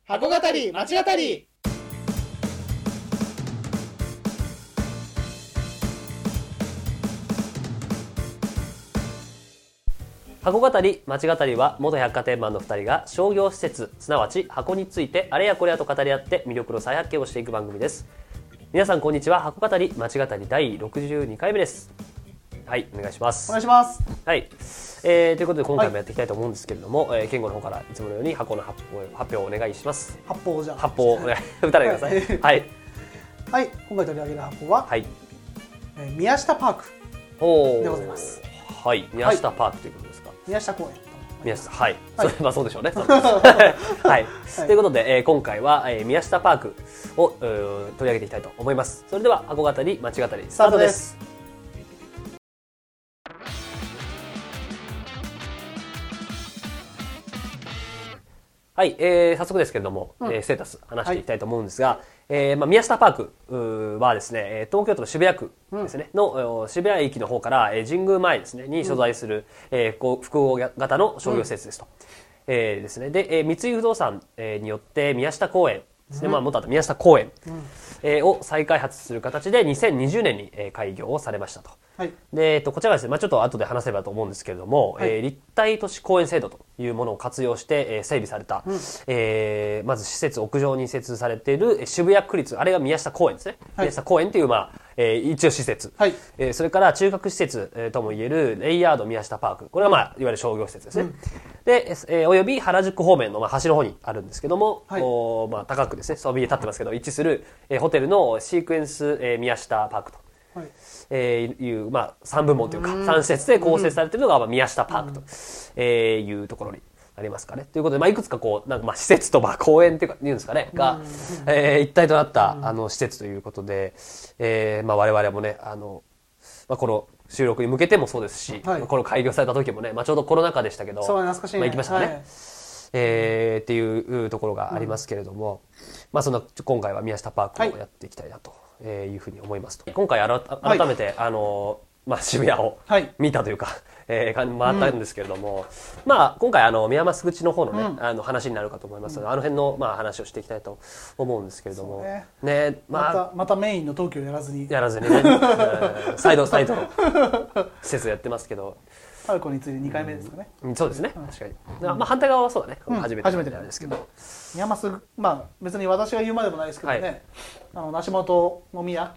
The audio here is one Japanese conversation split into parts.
箱語り町語り。 箱語り町語りは元百貨店マンの2人が商業施設すなわち箱についてあれやこれやと語り合って魅力の再発見をしていく番組です。皆さんこんにちは。箱語り町語り第62回目です。はい、お願いします。 お願いします。 はい、ということで今回もやっていきたいと思うんですけれども、健吾の方からいつものように箱の発表をお願いします。 発砲じゃあ発砲を打たれてください。はいはい、今回取り上げる発砲は、 はい、 宮下パークでございます。 はい、宮下パークということですか。 宮下公園。 宮下、はい、それはそうでしょうね。はい、ということで、今回は、宮下パークを取り上げていきたいと思います。それでは箱語り町語りスタートです。はい、早速ですけれども、ステータス話していきたいと思うんですが、宮下パークはですね、東京都の渋谷区ですね、の渋谷駅の方から神宮前ですねに所在する、複合型の商業施設ですと。ですね、で、三井不動産によって宮下公園ですね、元あった宮下公園を再開発する形で2020年に開業をされましたと。はい、でこちらはですね、ちょっと後で話せればと思うんですけれども、はい、立体都市公園制度というものを活用して整備された、まず施設屋上に設置されている渋谷区立、あれが宮下公園ですね、はい、宮下公園という、一応施設、はい、それから中核施設ともいえるレイヤード宮下パーク、これは、いわゆる商業施設ですね、で、および原宿方面の、端の方にあるんですけども、はい、高くですねそびえ立ってますけど位置する、ホテルのシークエンス、宮下パークと。はい、いう、3部門というか3施設で構成されているのが、宮下パークというところになりますかね。ということで、いくつかこうなんか施設と公園っていうんですかねが、一体となった施設ということで、我々もねこの収録に向けてもそうですし、はい、この開業された時もね、ちょうどコロナ禍でしたけど、 懐かしいね、 行きましたね。はい、っていうところがありますけれども、その今回は宮下パークをやっていきたいなというふうに思いますと。今回改めて、渋谷を見たというか、回ったんですけれども、今回宮益口の方のね、話になるかと思いますので、あの辺の話をしていきたいと思うんですけれども、ね、 またメインの東京やらずにね、サイドの施設やってますけど。 パルコについて2回目ですかね。 そうですね、確かに。反対側はそうだね、初めてなんですけど、 宮益、別に私が言うまでもないですけどね、梨本宮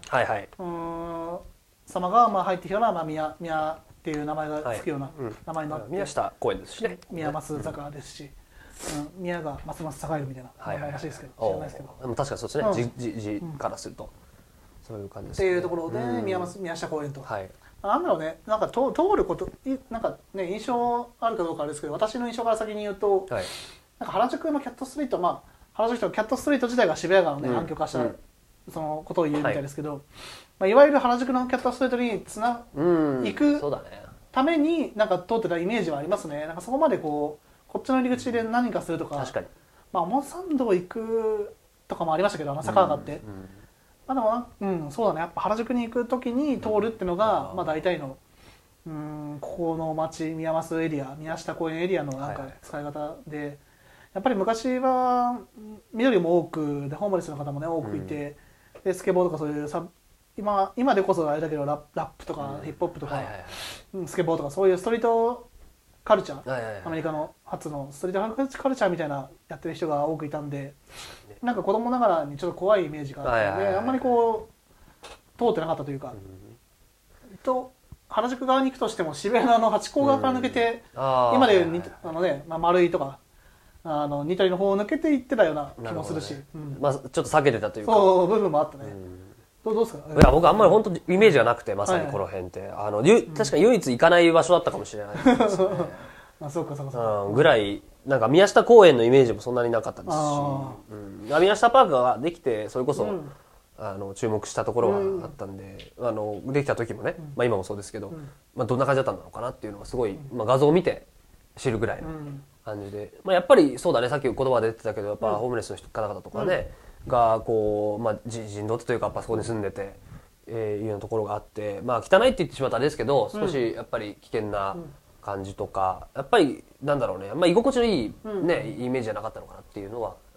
様が入ってきたら、宮っていう名前がつくような名前になって、 宮下公園ですしね、 宮益坂ですし、宮がますます栄えるみたいな名前らしいですけど、知らないですけど、 確かにそうですね、字からするとそういう感じですっていうところで宮下公園と。なんだろうね、なんか通ることなんかね、印象あるかどうかあれですけど、私の印象から先に言うと、なんか原宿のキャットストリート、原宿のキャットストリート自体が渋谷川のね、暗渠化したそのことを言うみたいですけど、いわゆる原宿のキャットストリートに行くためになんか通ってたイメージはありますね。なんかそこまでこっちの入り口で何かするとか、 確かに表参道行くとかもありましたけど、坂上がって。でもそうだね、やっぱ原宿に行く時に通るっていうのが、大体のここの町、宮益エリア、宮下公園エリアのなんか使い方で、やっぱり昔は緑も多くで、ホームレスの方もね多くいて、でスケボーとかそういう今でこそあれだけどラップとかヒップホップとかスケボーとかそういうストリートカルチャー、アメリカの初のストリートカルチャーみたいなやってる人が多くいたんで、なんか子供ながらにちょっと怖いイメージがあったので、あんまり通ってなかったというか、原宿側に行くとしても渋谷のハチ公側から抜けて、今でいう丸いとかニトリの方を抜けて行ってたような気もするし、ちょっと避けてたというか、 そう部分もあったね。どうですか？ いや、僕あんまり本当イメージがなくて、まさにこの辺って確かに唯一行かない場所だったかもしれないですね。 そうかぐらいなんか宮下公園のイメージもそんなになかったですし、宮下パークができてそれこそ、注目したところがあったんで、できた時もね、今もそうですけど、どんな感じだったのかなっていうのがすごい、画像を見て知るぐらいの感じで、やっぱりそうだね、さっき言葉出てたけど、やっぱホームレスの方々とかね、が人道というかやっぱそこに住んでて、いうようなところがあって、汚いって言ってしまったらあれですけど、少しやっぱり危険な感じとか、やっぱりなんだろうね、居心地のいいね、イメージじゃなかったのかなっていうのは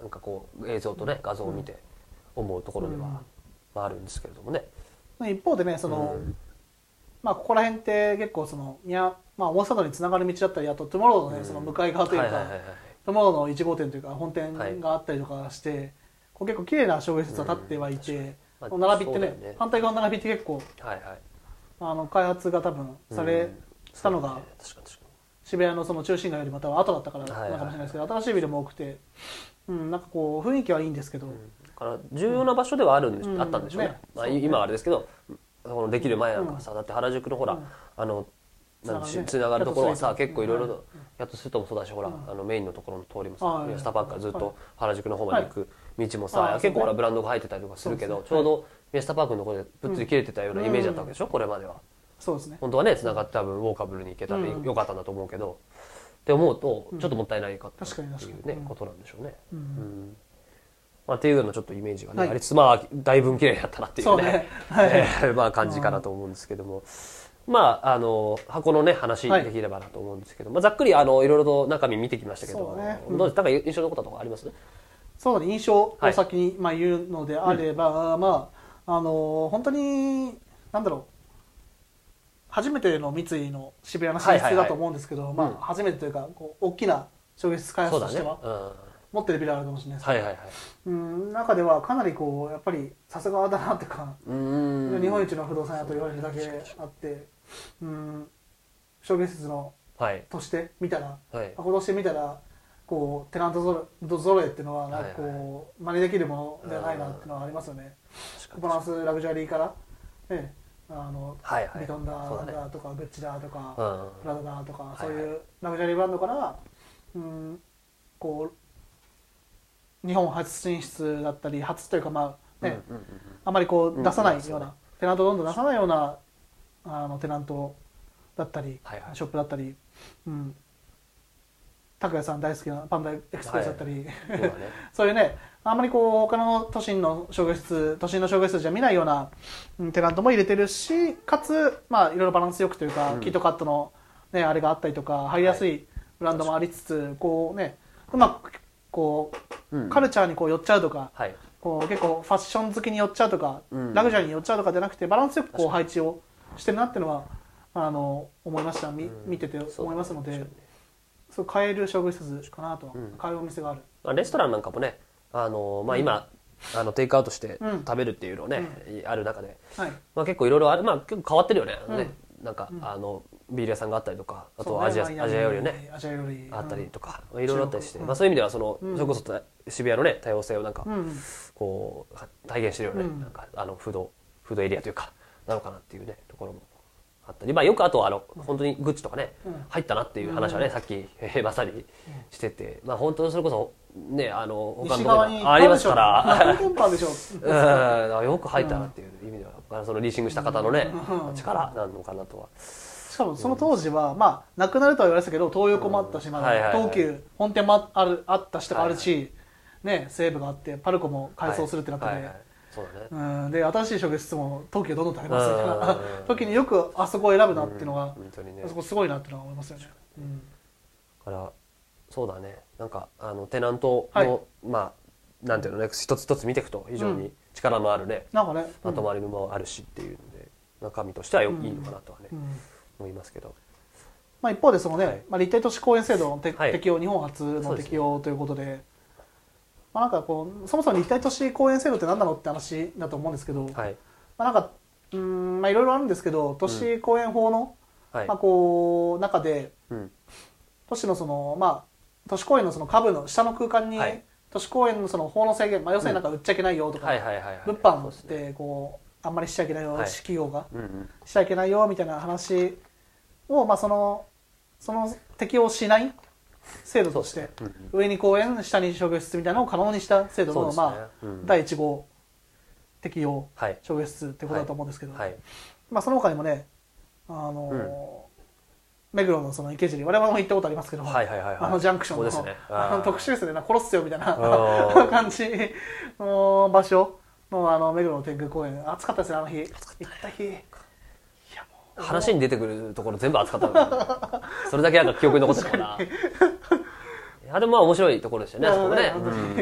なんかこう映像とね画像を見て思うところでは、あるんですけれどもね。 一方でねその、ここら辺って結構その大阪につながる道だったり、あとトゥモローのねその向かい側というか、トゥモローの1号店というか本店があったりとかして、こう結構綺麗な商業施設は建ってはいて、並びってね反対側の並びって結構、開発が多分されたのが渋谷のその中心街よりまたは後だったからなのかもしれないですけど、新しいビルも多くて、なんかこう雰囲気はいいんですけど、 から重要な場所ではあったんでしょうね。今はあれですけど、できる前なんかさ、だって原宿のほらつながるところはさ、結構いろいろとやっとするともそうだし、ほらメインのところの通りもさ、ミヤスタパークからずっと原宿の方まで行く道もさ、結構ほらブランドが入ってたりとかするけど、ちょうどミヤスタパークのところでぶっつり切れてたようなイメージだったわけでしょ、これまでは。 そうですね。 本当はねつながって多分ウォーカブルに行けたらよかったんだと思うけど、って思うとちょっともったいないかったっていうねことなんでしょうね。っていうようなちょっとイメージがねありつつ、だいぶ綺麗だったなっていうね感じかなと思うんですけども、箱のね話できればなと思うんですけど、ざっくりいろいろと中身見てきましたけど、どうですか、印象に残ったところあります？ そうだね、印象を先に言うのであれば、本当になんだろう、初めての三井の渋谷の進出だと思うんですけど、初めてというかこう大きな商業施設開発としては持ってるビルあるかもしれないですけど、中ではかなりこうやっぱりさすがだなっていうか、日本一の不動産屋と言われるだけあって、商業施設のとして見たら、箱として見たらこうテナント揃えっていうのはなんかこう真似できるものではないなっていうのはありますよね。バランスラグジュアリーからね、ビトンだとかグッチだとかプラダだとか、そういうラグジュアリーブランドからこう日本初進出だったり、初というかあまりこう出さないようなテナントどんどん出さないようなテナントだったりショップだったり、拓哉さん大好きなパンダエクスプレスだったり、そういうねあんまりこう他の都心の商業施設じゃ見ないようなテナントも入れてるし、かついろいろバランスよくというか、キットカットのねあれがあったりとか入りやすいブランドもありつつ、こうねうまくこうカルチャーにこう寄っちゃうとか、こう結構ファッション好きに寄っちゃうとか、ラグジュアリーに寄っちゃうとかじゃなくて、バランスよくこう配置をしてるなっていうのは思いました。見てて思いますので、そう買える商業施設かなと、買えるお店がある。 レストランなんかもね今テイクアウトして食べるっていうのねある中で、結構いろいろある、結構変わってるよね。なんかビール屋さんがあったりとか、あとアジア料理ねあったりとかいろいろあったりして、そういう意味ではそれこそ渋谷のね多様性をなんかこう体現してるよね。なんかフードエリアというかなのかなっていうねところもあったり、よくあと本当にグッチとかね入ったなっていう話はねさっきまさにしてて、本当にそれこそね他のところにありますからよく入ったなっていう意味では、そのリーシングした方のね力なのかなとは。 しかもその当時はなくなるとは言われてたけど、東横もあったし、東急本店もあったしとかあるし、西武があってパルコも改装するってなってて、で新しい商業施設も東急どんどん建てますみたいな時によくあそこを選ぶなっていうのが、あそこすごいなっていうのは思いますよね。 だからそうだね、なんかテナントのなんていうのね、一つ一つ見ていくと非常に力のあるね、まとまりもあるしっていうので、中身としてはいいのかなとはね思いますけど、 一方でそのね、立体都市公園制度の適用、日本初の適用ということで、なんかこうそもそも立体都市公園制度って何なのって話だと思うんですけど、なんかいろいろあるんですけど、都市公園法のこう中で都市のその都市公園のその下部の下の空間に都市公園のその法の制限、要するになんか売っちゃいけないよとか、物販ってこうあんまりしちゃいけないよ、企業がしちゃいけないよみたいな話をその適用しない制度として、上に公園下に商業施設みたいなのを可能にした制度の第1号適用商業施設ってことだと思うんですけど、その他にもね目黒のその池尻、我々も行ったことありますけど、ジャンクションの特殊ですね、殺すよみたいな感じの場所の目黒の天空公園、暑かったですね、あの日行った日。 話に出てくるところ全部暑かったのそれだけなんか記憶に残ってるから、いあでもまあ面白いところでしたね、あそこもね。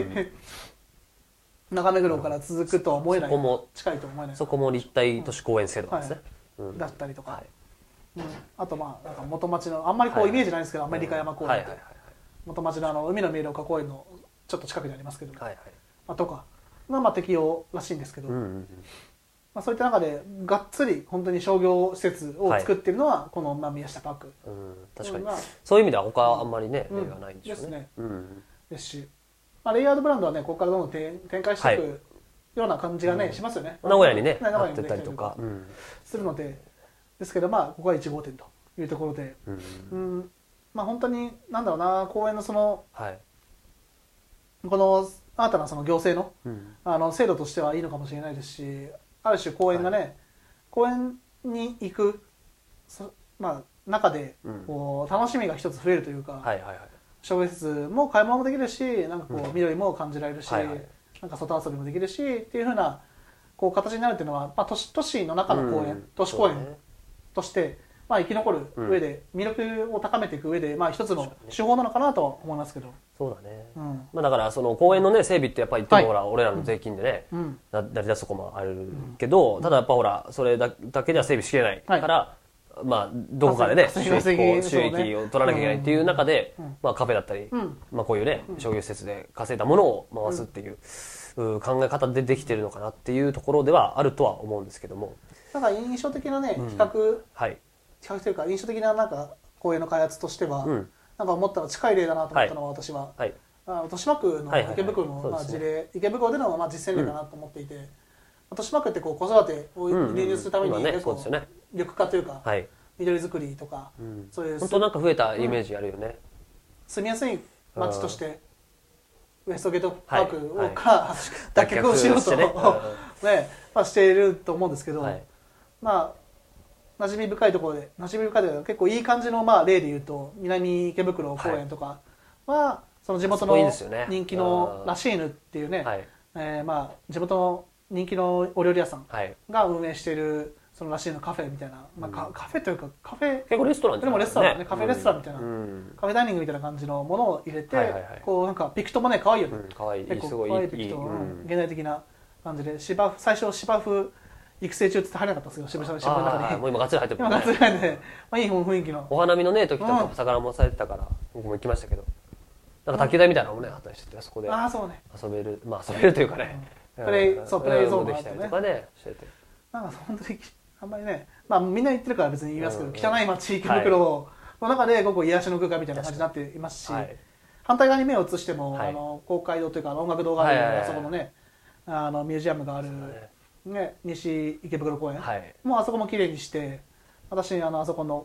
中目黒から続くとは思えない、 そこも近いと思えない、 そこも立体都市公園制度なんですね。 だったりとか、あとまあなんか元町のあんまりこうイメージないんですけど、アメリカ山公園って元町の海の見える丘公園のちょっと近くにありますけど、とかがまあ適用らしいんですけど、まあそういった中でがっつり本当に商業施設を作っているのはこの宮下パーク。 確かにそういう意味では他あんまりね例がないんでしょうね。 ですし、まあレイヤードブランドはねここからどんどん展開していくような感じがねしますよね。 名古屋にねなってたりとかするので、ですけどまあここが1号店というところで、まあ本当になんだろうな、公園のそのこの新たなその行政の制度としてはいいのかもしれないですし、ある種公園がね公園に行くまあ中でこう楽しみが一つ増えるというか、商業施設も買い物もできるし、なんかこう緑も感じられるし、なんか外遊びもできるしっていう風なこう形になるっていうのは、まあ都市の中の公園、都市公園としてまあ生き残る上で魅力を高めていく上でまあ一つの手法なのかなとは思いますけど。 そうだね。まあだからその公園のね整備ってやっぱり言ってもほら俺らの税金でね成り立つとこもあるけど、ただやっぱほらそれだけでは整備しきれないから。まあどこかでね収益を取らなきゃいけないっていう中で、まあカフェだったり、まあこういうね商業施設で稼いだものを回すっていう考え方でできてるのかなっていうところではあるとは思うんですけども、 なんか印象的なね比較というか印象的ななんか公園の開発としては、なんか思ったら近い例だなと思ったのは私は豊島区の池袋の事例、池袋での実践例だなと思っていて、豊島区ってこう子育てを流入するために結構緑化というか緑作りとか、そういう本当なんか増えたイメージあるよね。 住みやすい街としてウエストゲートパークから脱却をしようとねしていると思うんですけど、まあ馴染み深いところで結構いい感じの例で言うと南池袋公園とかはその地元の人気のラシーヌっていうね、まあ地元の人気のお料理屋さんが運営しているそのらしいのカフェみたいな、まあカフェというかカフェ結構レストランでもレストランね、カフェレストランみたいな、カフェダイニングみたいな感じのものを入れて、こうなんかピクトもね可愛いよね。 可愛い、 すごい可愛いピクト、現代的な感じで最初芝生育成中って入らなかったんですけど、渋谷の中に。 もう今ガッツリ入ってるもんね。今ガッツリ入って、まあいい雰囲気の。 お花見のね時とか魚もされてたから僕も行きましたけど、なんか卓球台みたいなのもねあったりしてて、そこで遊べる、まあ遊べるというかね。 プレイゾーンできたりとかねしてて、 なんか本当にあんまりね、まあみんな言ってるから別に言いますけど、汚い街池袋の中でここ癒しの空間みたいな感じになっていますし、反対側に目を移しても公会堂というか音楽堂があるあそこのねミュージアムがあるね西池袋公園もうあそこも綺麗にして、私あそこの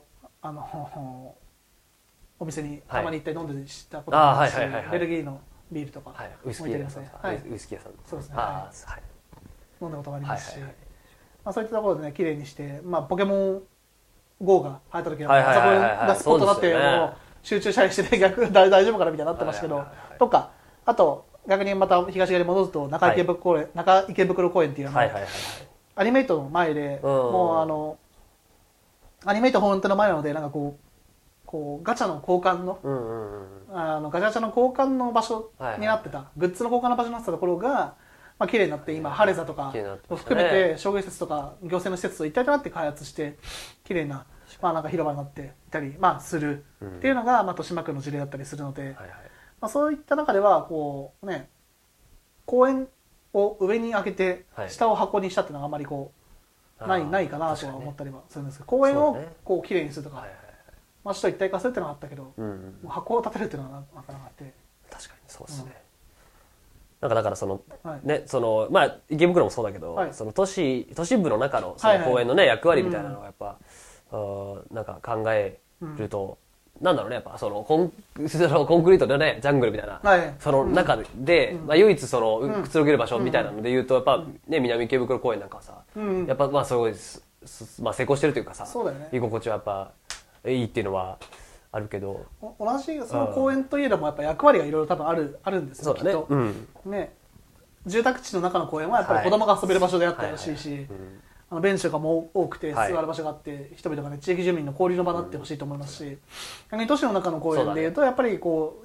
お店にたまに行って飲んでしたことがあるし、ベルギーのビールとかウイスキー屋さん、 そうですね、飲んだことがありますし、まあそういったところでね綺麗にして、まあポケモン GO が流行った時はあそこがスポットになってもう集中したりして逆大丈夫かなみたいになってましたけど、とかあと逆にまた東側に戻すと中池袋公園っていうアニメイトの前で、もうアニメイト本店の前なので、なんかこうガチャの交換のガチャの交換の場所になってた、グッズの交換の場所になってたところがまあ綺麗になって、今ハレザとかを含めて商業施設とか行政の施設と一体となって開発して綺麗なまあなんか広場になっていたりまあするっていうのがまあ豊島区の事例だったりするので、まあそういった中ではこうね公園を上に上げて下を箱にしたっていうのがあんまりこうないかなとは思ったりはするんですけど、公園をこう綺麗にするとか街と一体化するっていうのがあったけど、箱を建てるっていうのはなかなかあって、 確かにそうですね。なんかだからそのねそのまあ池袋もそうだけど、その都市部の中のその公園のね役割みたいなのがやっぱなんか考えると、なんだろうね、やっぱそのコンクリートのねジャングルみたいなその中で唯一そのくつろげる場所みたいなので言うとやっぱね南池袋公園なんかはさ、やっぱまあすごいまあ成功してるというかさ、居心地はやっぱいいっていうのはあるけど、 同じその公園といえどもやっぱ役割がいろいろ多分あるんですよきっとね。住宅地の中の公園はやっぱり子供が遊べる場所であってほしいし、ベンチとかも多くて座る場所があって人々がね地域住民の交流の場になってほしいと思いますし、逆に都市の中の公園でいうとやっぱりこう今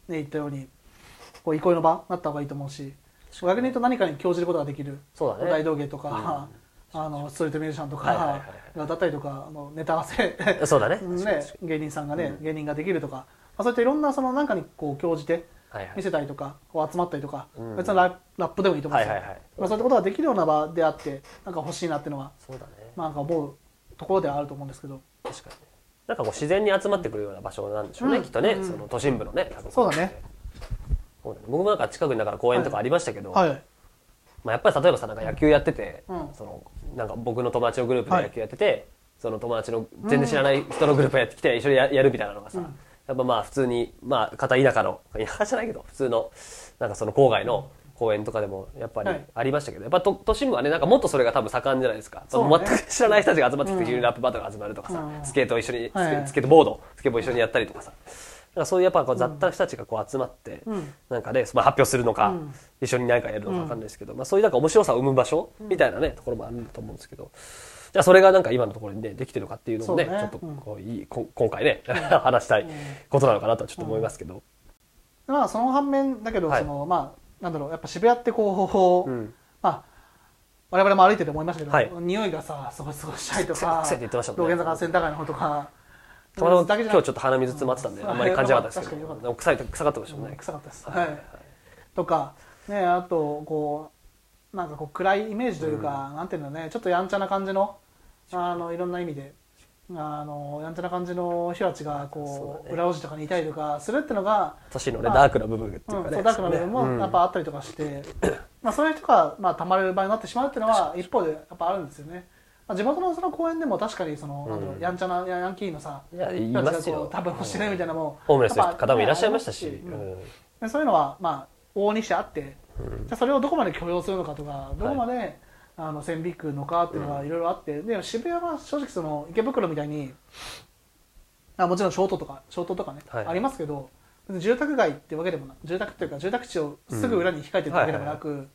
ね言ったようにこう憩いの場になった方がいいと思うし、逆に言うと何かに興じることができる、 そうだね、 大道芸とか、ストリートミュージシャンとかがだったりとか、ネタ合わせそうだねね、芸人さんがね、芸人ができるとか、そういったいろんなその何かにこう興じて見せたりとか、こう集まったりとか、別にラップでもいいと思うんですよ。そういったことができるような場であってなんか欲しいなっていうのは、 そうだね、 なんか思うところではあると思うんですけど。 確かになんかこう自然に集まってくるような場所なんでしょうね、きっとね、その都心部のね。 そうだね。 僕もなんか近くにだから公園とかありましたけど、 はい、 まあやっぱり例えばさ、なんか野球やってて、そのなんか僕の友達のグループで野球やってて、その友達の全然知らない人のグループやってきて一緒にやるみたいなのがさ、やっぱまあ普通にまあ片田舎じゃないけど普通のなんかその郊外の公園とかでもやっぱりありましたけど、やっぱ都心部はね、なんかもっとそれが多分盛んじゃないですか。全く知らない人たちが集まってきて急にラップバトルが始まるとかさ、スケートを一緒にスケートボード一緒にやったりとかさ、なんかそういうやっぱこう雑多な人たちがこう集まって、なんかね、まあ、発表するのか、一緒に何かやるのか分かんないですけど、まあ、そういうなんか面白さを生む場所みたいなねところもあると思うんですけど、じゃあそれがなんか今のところにねできてるのかっていうのもね、ちょっとこう今回ね話したいことなのかなとはちょっと思いますけど、 まあその反面だけど、そのまあなんだろう、やっぱ渋谷ってこう、まあ我々も歩いてて思いましたけど、匂いがさすごいしたいとか、道玄坂センター街の方とか。 たまたま今日ちょっと鼻水詰まってたんであんまり感じなかったですけど、臭かったでしょうね。 臭かったです。はい。とかね、あとこうなんかこう暗いイメージというか、なんていうのね、ちょっとやんちゃな感じのいろんな意味でやんちゃな感じの人たちがこう裏路地とかにいたりとかするっていうのが都市のねダークな部分っていうかね、 ダークな部分もやっぱあったりとかして、まあそういう人がまあたまる場合になってしまうっていうのは一方でやっぱあるんですよね。地元のその公園でも確かにその、やんちゃなヤンキーのさ、 いますよ、 多分欲しいねみたいなもホームレスの方もいらっしゃいましたし、 そういうのはまあ往々にしてあって、じゃあそれをどこまで許容するのかとか、どこまで線引くのかっていうのがいろいろあって、で渋谷は正直その池袋みたいにもちろんショートとかね、ありますけど、住宅街ってわけでもない、住宅っていうか住宅地をすぐ裏に控えてるわけでもなく、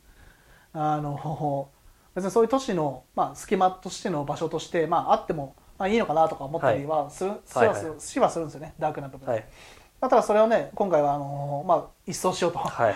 別にそういう都市の、まあ、隙間としての場所として、まあ、あっても、まあ、いいのかなとか思ったりはするんですよね、ダークな部分。だからそれをね、今回はまあ、一掃しようと。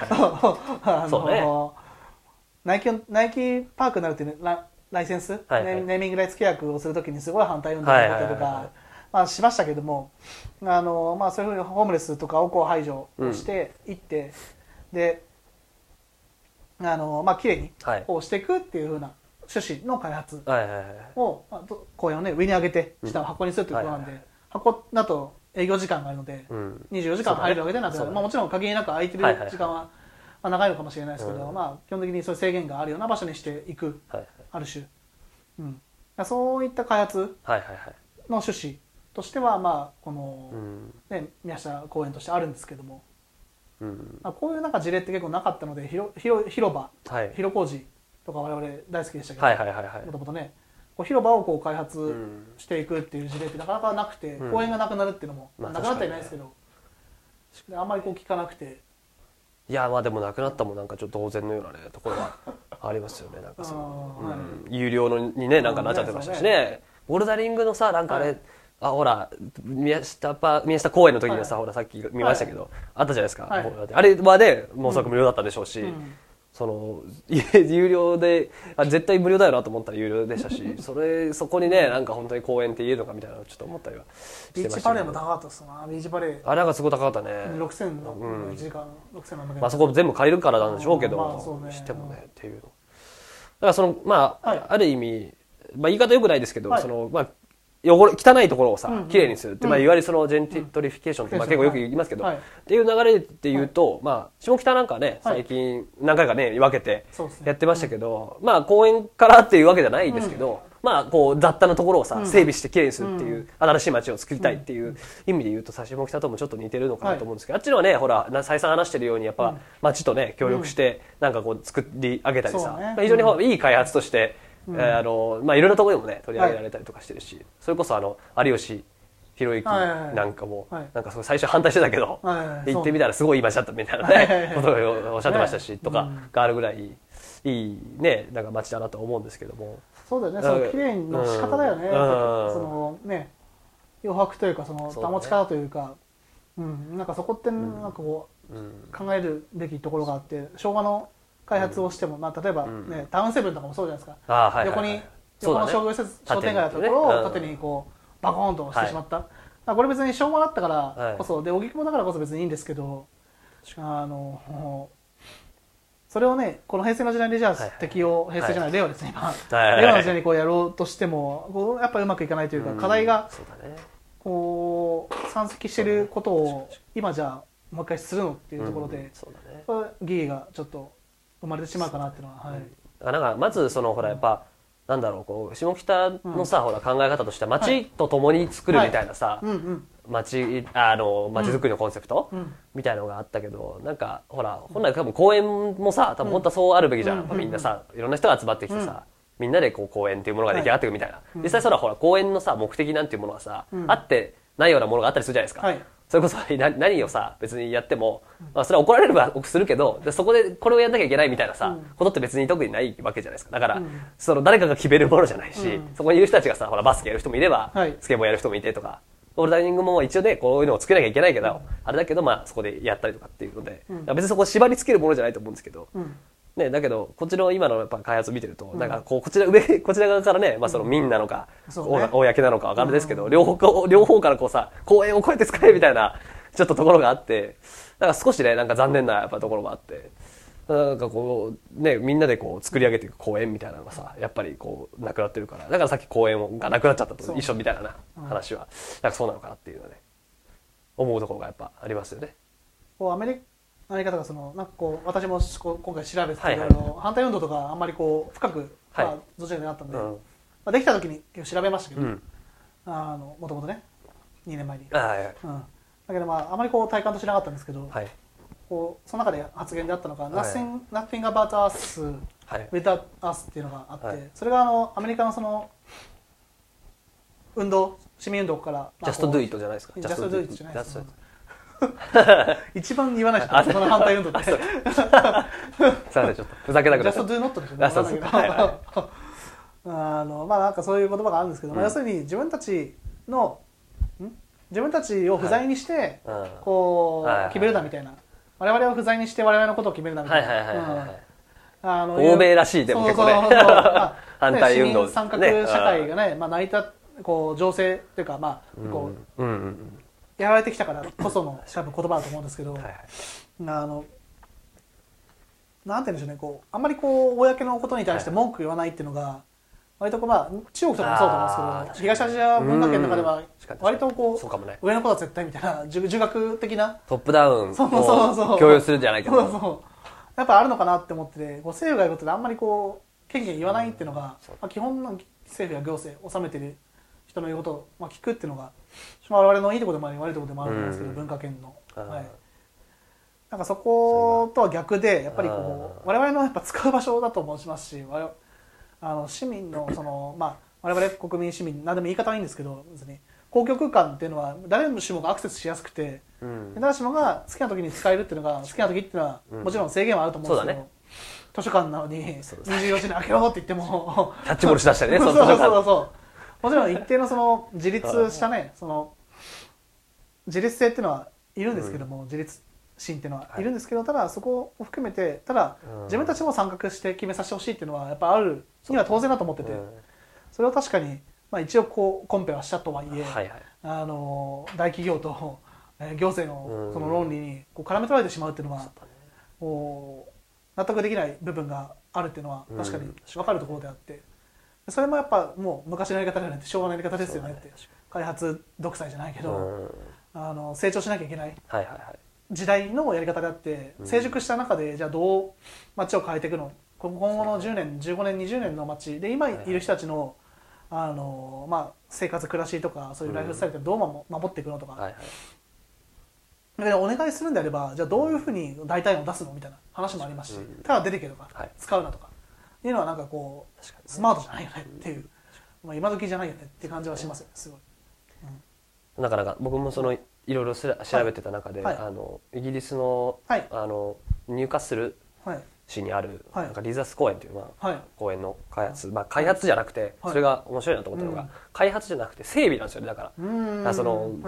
ナイキパークになるっていうライセンス、ネーミングライツ契約をするときにすごい反対運動が起こったりとか、まあ、しましたけども、まあ、そういうふうにホームレスとかをこう排除していって、で、まあ綺麗にこうしていくっていう風な趣旨の開発を公園をね上に上げて下を箱にするということなんで、箱だと営業時間があるので24時間入るわけでなく、まあもちろん限りなく空いてる時間は長いのかもしれないですけど、まあ基本的にそういう制限があるような場所にしていく、ある種、そういった開発の趣旨としてはまあこのね宮下公園としてあるんですけども。こういうなんか事例って結構なかったので、広場、広小路とか我々大好きでしたけど、もともとねこう広場をこう開発していくっていう事例ってなかなかなくて、公園がなくなるっていうのもなくなってはいないですけど、あんまりこう聞かなくて、 いやまあでもなくなったもなんかちょっと当然のようなねところはありますよね。なんかその有料のにねなんかなっちゃってましたしね。ボルダリングのさなんかあれほら宮下公園の時にさ、ほらさっき見ましたけど、あったじゃないですか、あれはねもうおそらく無料だったでしょうし、その有料で絶対無料だよなと思ったら有料でしたし、そこにねなんか本当に公園って言えるのかみたいなのをちょっと思ったりはしてましたけど、 ビーチパレーも高かったですな。ビーチパレーあれなんかすごい高かったね。 6000の1時間6000なんだけど、 まあそこ全部借りるからなんでしょうけど、してもねっていうのだからそのまあある意味まあ言い方良くないですけど、そのまあ汚いところをさきれいにするって、まあ、いわゆるそのジェントリフィケーションって、まあ、結構よく言いますけど、っていう流れで言うと、まあ、下北なんかね最近何回かね分けてやってましたけど、まあ公園からっていうわけじゃないですけど、まあこう雑多なところをさ整備してきれいにするっていう、新しい街を作りたいっていう意味で言うと下北ともちょっと似てるのかなと思うんですけど、あっちのはねほら再三話してるようにやっぱ街とね協力してなんかこう作り上げたりさ、非常にいい開発としてまあいろんなところでもね取り上げられたりとかしてるし、それこそ有吉弘行なんかもなんか最初反対してたけど行ってみたらすごいいい街だったみたいなねことをおっしゃってましたしとかがあるぐらいいいねなんか街だなと思うんですけども、 そうだよね、その綺麗の仕方だよね、そのね余白というかその保ち方というか、 なんかそこってなんかこう、考えるべきところがあって、昭和の開発をしても、まあ、例えば、ねタウンセブンとかもそうじゃないですか、横の商業施設、商店街だったところを縦にこうバコーンとしてしまった、これ別に昭和だったからこそ、で荻窪だからこそ別にいいんですけど、それをねこの平成の時代にじゃあ適用、平成じゃない令和ですね今、令和の時代にこうやろうとしてもこうやっぱうまくいかないというか、課題がこう山積していることを今じゃあもう一回するのっていうところで、疑義がちょっと生まれてしまうかなっていうのは、 なんかまずそのほらやっぱなんだろうこう下北のさ、ほら考え方としては街と共に作るみたいなさ、街づくりのコンセプト、みたいなのがあったけど、なんかほら本来多分公園もさ多分本当はそうあるべきじゃん、みんなさいろんな人が集まってきてさ、みんなでこう公園っていうものが出来上がっていくみたいな、実際そらほら公園のさ目的なんていうものはさ、あってないようなものがあったりするじゃないですか、それこそ何をさ別にやっても、まあ、それは怒られればするけど、そこでこれをやんなきゃいけないみたいなさ、ことって別に特にないわけじゃないですか。だから、その誰かが決めるものじゃないし、そこにいる人たちがさほらバスケやる人もいれば、スケボーやる人もいてとか、ボルダリングも一応ねこういうのを作らなきゃいけないけど、あれだけどまあそこでやったりとかっていうので、別にそこを縛り付けるものじゃないと思うんですけど、ね、だけどこっちの今のやっぱ開発を見てると、なんかこうこちら側からね、まあその民なのか、公なのか分かるんですけど、両方からこうさ公園をこうやって使えみたいなちょっとところがあって、だから少しねなんか残念なやっぱところもあって、なんかこうねみんなでこう作り上げていく公園みたいなのがさやっぱりこうなくなってるから、だからさっき公園がなくなっちゃったと一緒みたいな話はなんかそうなのかなっていうのね思うところがやっぱありますよね。 こうアメリカのやり方がそのなんかこう私も今回調べてて、反対運動とかあんまりこう深くどちらかなかったんで、まあ、できた時に結構調べましたけど、もともとね2年前に。だけどまああまりこう体感としなかったんですけど、こうその中で発言であったのが、Nothing about us without us っていうのがあって、それがアメリカのその運動市民運動から、 Just Do It じゃないですか。 Just Do It じゃないですか。一番言わない人その反対運動って。すいませんちょっとふざけなくなっちゃった。 Just Do Not でしょ。まあなんかそういう言葉があるんですけど、要するに自分たちを不在にしてこう決めるなみたいな、我々を不在にして我々のことを決めるなみたいな、 欧米らしいでも結構ね反対運動、 市民参画社会がね、まあ泣いたこう情勢というか、まあこうやられてきたからこその多分言葉だと思うんですけど、なんて言うんでしょうね、こうあんまりこう公のことに対して文句言わないっていうのが割とこう、まあ中国とかもそうと思うんですけど、東アジア文化圏の中では割とこう上のことは絶対みたいな儒学的なトップダウンを共有するんじゃないけど、 やっぱあるのかなって思ってて、政府がやることであんまりこう権限言わないっていうのが、基本の政府や行政を治めてる人の言うことを聞くっていうのが我々のいいところでもあり悪いところでもあると思うんですけど、文化圏の、なんかそことは逆でやっぱりこう我々のやっぱ使う場所だと思いますし、市民のそのまあ我々国民市民何でも言い方はいいんですけど、別に公共空間っていうのは誰しもがアクセスしやすくて、誰しもが好きな時に使えるっていうのが、好きな時っていうのはもちろん制限はあると思うんですけど、図書館なのに24時に開けろって言ってもキャッチボールしだしたりね、 そうもちろん一定のその自立したね、その自立性っていうのはいるんですけども、自立心っていうのはいるんですけど、ただそこを含めてただ自分たちも参画して決めさせてほしいっていうのはやっぱあるには当然だと思ってて、それを確かにまあ一応こうコンペはしたとはいえ、大企業と行政のその論理にこう絡め取られてしまうっていうのは納得できない部分があるっていうのは確かに分かるところであって、それもやっぱもう昔のやり方じゃなくて昭和のやり方ですよねって、開発独裁じゃないけど成長しなきゃいけない時代のやり方であって、成熟した中でじゃあどう街を変えていくの、今後の10年15年20年の街で今いる人たちのまあ生活暮らしとかそういうライフスタイルってどう守っていくのとか、お願いするんであればじゃあどういうふうに代替案を出すのみたいな話もありますし、ただ出てけとか使うなとかいうのはなんかこうスマートじゃないよねっていう、まあ今時じゃないよねっていう感じはしますよね、すごい。 なかなか僕もそのいろいろ調べてた中で、イギリスのニューカッスル市にあるなんかリザス公園という公園の開発、開発じゃなくてそれが面白いなと思ったのが、開発じゃなくて整備なんですよね。だからその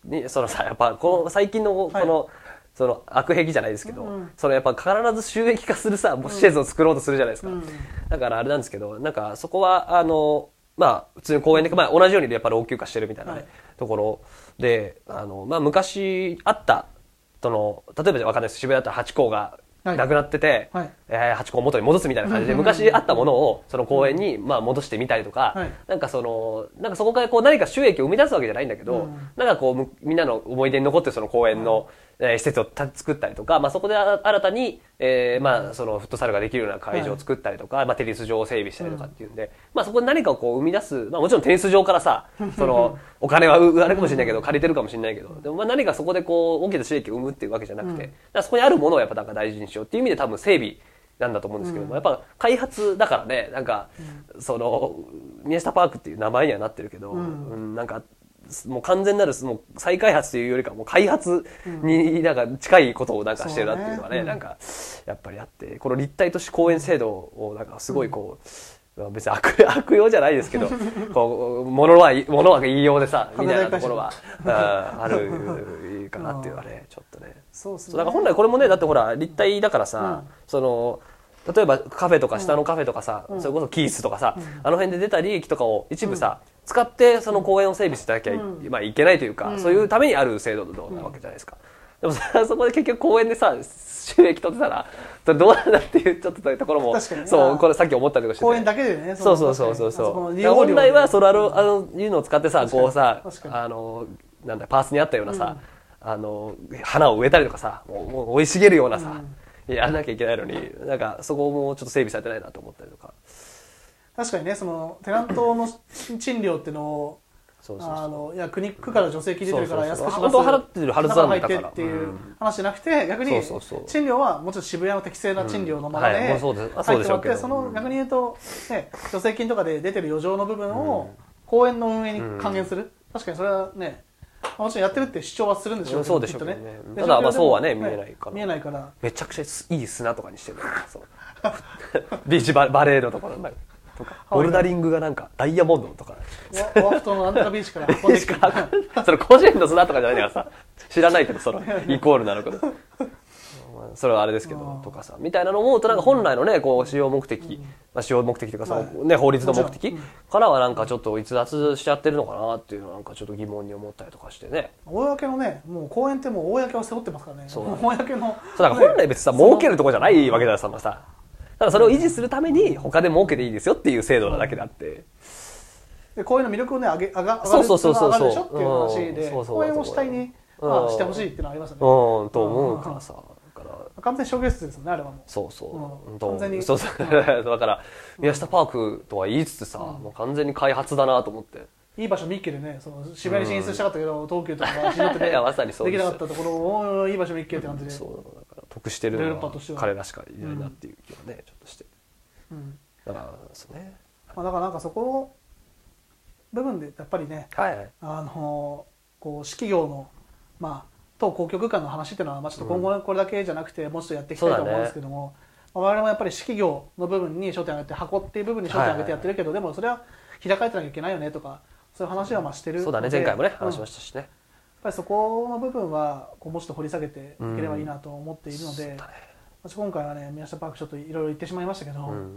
にそのさやっぱこの最近のこの、その悪癖じゃないですけど、そのやっぱ必ず収益化するさ施設を作ろうとするじゃないですか、だからあれなんですけどなんかそこはまあ普通に公園で、まあ、同じようにやっぱ老朽化してるみたいな、ねところでまあ、昔あったその例えば分かんないです渋谷だったらハチ公がなくなってて、ハチ公を元に戻すみたいな感じで昔あったものをその公園にまあ戻してみたりとか、なんかそこからこう何か収益を生み出すわけじゃないんだけど、なんかこうみんなの思い出に残ってるその公園の施設を作ったりとか、まあ、そこで新たに、まあ、そのフットサルができるような会場を作ったりとか、まあ、テニス場を整備したりとかっていうんで、まあ、そこで何かをこう生み出す、まあ、もちろんテニス場からさそのお金はあれかもしれないけど借りてるかもしれないけどでもまあ何かそこでこう大きな収益を生むっていうわけじゃなくて、だからそこにあるものをやっぱなんか大事にしようっていう意味で多分整備なんだと思うんですけども、やっぱ開発だからねなんかその宮下パークっていう名前にはなってるけど、なんかもう完全なるもう再開発というよりかもう開発になんか近いことをなんかしてるなっていうのはね、なんかやっぱりあってこの立体都市公園制度をなんかすごいこう、別に悪用じゃないですけどこう物は言いようでさみたいなところはあるかなっていうのはねちょっとね。そうだから本来これもねだってほら立体だからさ、その例えばカフェとか下のカフェとかさ、それこそキースとかさ、あの辺で出た利益とかを一部さ、使ってその公園を整備していただきゃまあいけないというか、そういうためにある制度なわけじゃないですか。でもそこで結局公園でさ収益取ってたらどうなんだっていうちょっとところもそうこれさっき思ったりとかしてて、 公園だけでねそう本来はそれいうのを使ってさこうさなんだパースにあったようなさ、花を植えたりとかさもう生い茂るようなさ、やらなきゃいけないのになんかそこもちょっと整備されてないなと思ったりとか。 確かにねそのテナントの賃料っていうのをいや区から助成金出てるから安くします本当は払ってるはずなんだからっていう話じゃなくて逆に賃料はもちろん渋谷の適正な賃料のままで入ってもらってその逆に言うとね助成金とかで出てる余剰の部分を公園の運営に還元する、確かにそれはねもちろんやってるって主張はするんでしょうけど、 そうでしょうね。ただまあそうはね見えないからめちゃくちゃいい砂とかにしてるビーチバレーのところなんかとかボルダリングがなんかダイヤモンドとかオアフ島のなんとかビーチから運んできたそれ個人の砂とかじゃないからさ知らないけどそのイコールなのかそれはあれですけどとかさみたいなのを思うとなんか本来のねこう使用目的使用目的というかそのね法律の目的からはなんかちょっと逸脱しちゃってるのかなっていうのはなんかちょっと疑問に思ったりとかしてね。 公のねもう公園ってもう公を背負ってますからね。公のそうだから本来別にさ儲けるとこじゃないわけだよそのさ。ただそれを維持するために他で儲けていいですよっていう制度なだけであって、 で公園の魅力をね上がるっていうのは上がるでしょっていう話で公園を主体にしてほしいっていうのはありますよね。 と思うからさ完全に商業施設ですよねあれはもう。 完全にだから宮下パークとは言いつつさ、もう完全に開発だなと思って。 いい場所見っけでねその渋谷に進出したかったけど、東急とかが地元でできなかったところをいい場所見っけって感じで。 そうだから得してるのは彼らしかいないなっていう気はね、ちょっとして。だからそうね。 だからなんかそこの部分でやっぱりね、こう私企業の当公共空間の話っていうのはちょっと今後これだけじゃなくてもうちょっとやっていきたいと思うんですけども、我々もやっぱり私企業の部分に焦点を上げて箱っていう部分に焦点を上げてやってるけど、でもそれは開かれてなきゃいけないよねとかそういう話はしてるので、 そうだね前回もね話しましたしね、 やっぱりそこの部分はもうちょっと掘り下げていければいいなと思っているので、今回はね宮下パークちょっといろいろ言ってしまいましたけど、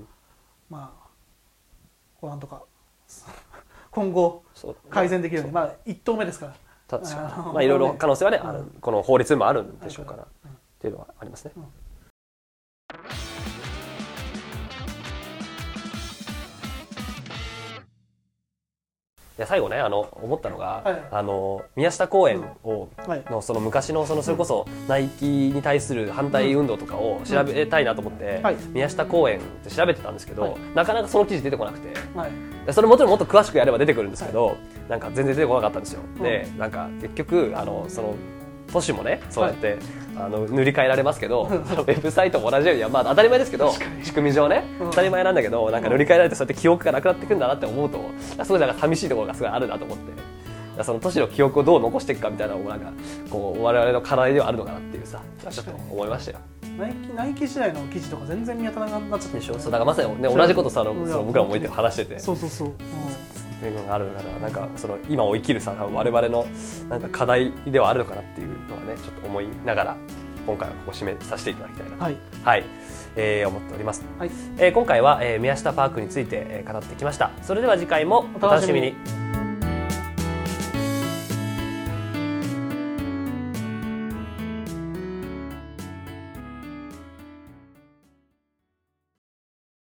こうなんとか今後改善できるように1投目ですから、 いろいろ可能性はねこの法律にもあるんでしょうからっていうのはありますね。最後ね思ったのが、宮下公園のその昔のそれこそナイキに対する反対運動とかを調べたいなと思って、宮下公園って調べてたんですけど、なかなかその記事出てこなくて、それもちろんもっと詳しくやれば出てくるんですけど、なんか全然出てこなかったんですよ。でなんか結局その都市もねそうやって塗り替えられますけど、ウェブサイトも同じように当たり前ですけど仕組み上ね当たり前なんだけど、なんか塗り替えられてそうやって記憶がなくなっていくんだなって思うとすごいなんか寂しいところがすごいあるなと思って、その都市の記憶をどう残していくかみたいなのもなんかこう我々の課題ではあるのかなっていうさちょっと思いましたよ。 ナイキ時代の記事とか全然見当たらなくなっちゃったでしょ。そうだからまさにね同じことさ僕らも話してて、 っていうのがあるから、なんかその今を生きるさ、我々のなんか課題ではあるのかなっていうのはね、ちょっと思いながら今回はここ締めさせていただきたいなと、はい、思っております。はい、今回は、宮下パークについて、語ってきました。それでは次回もお楽しみに。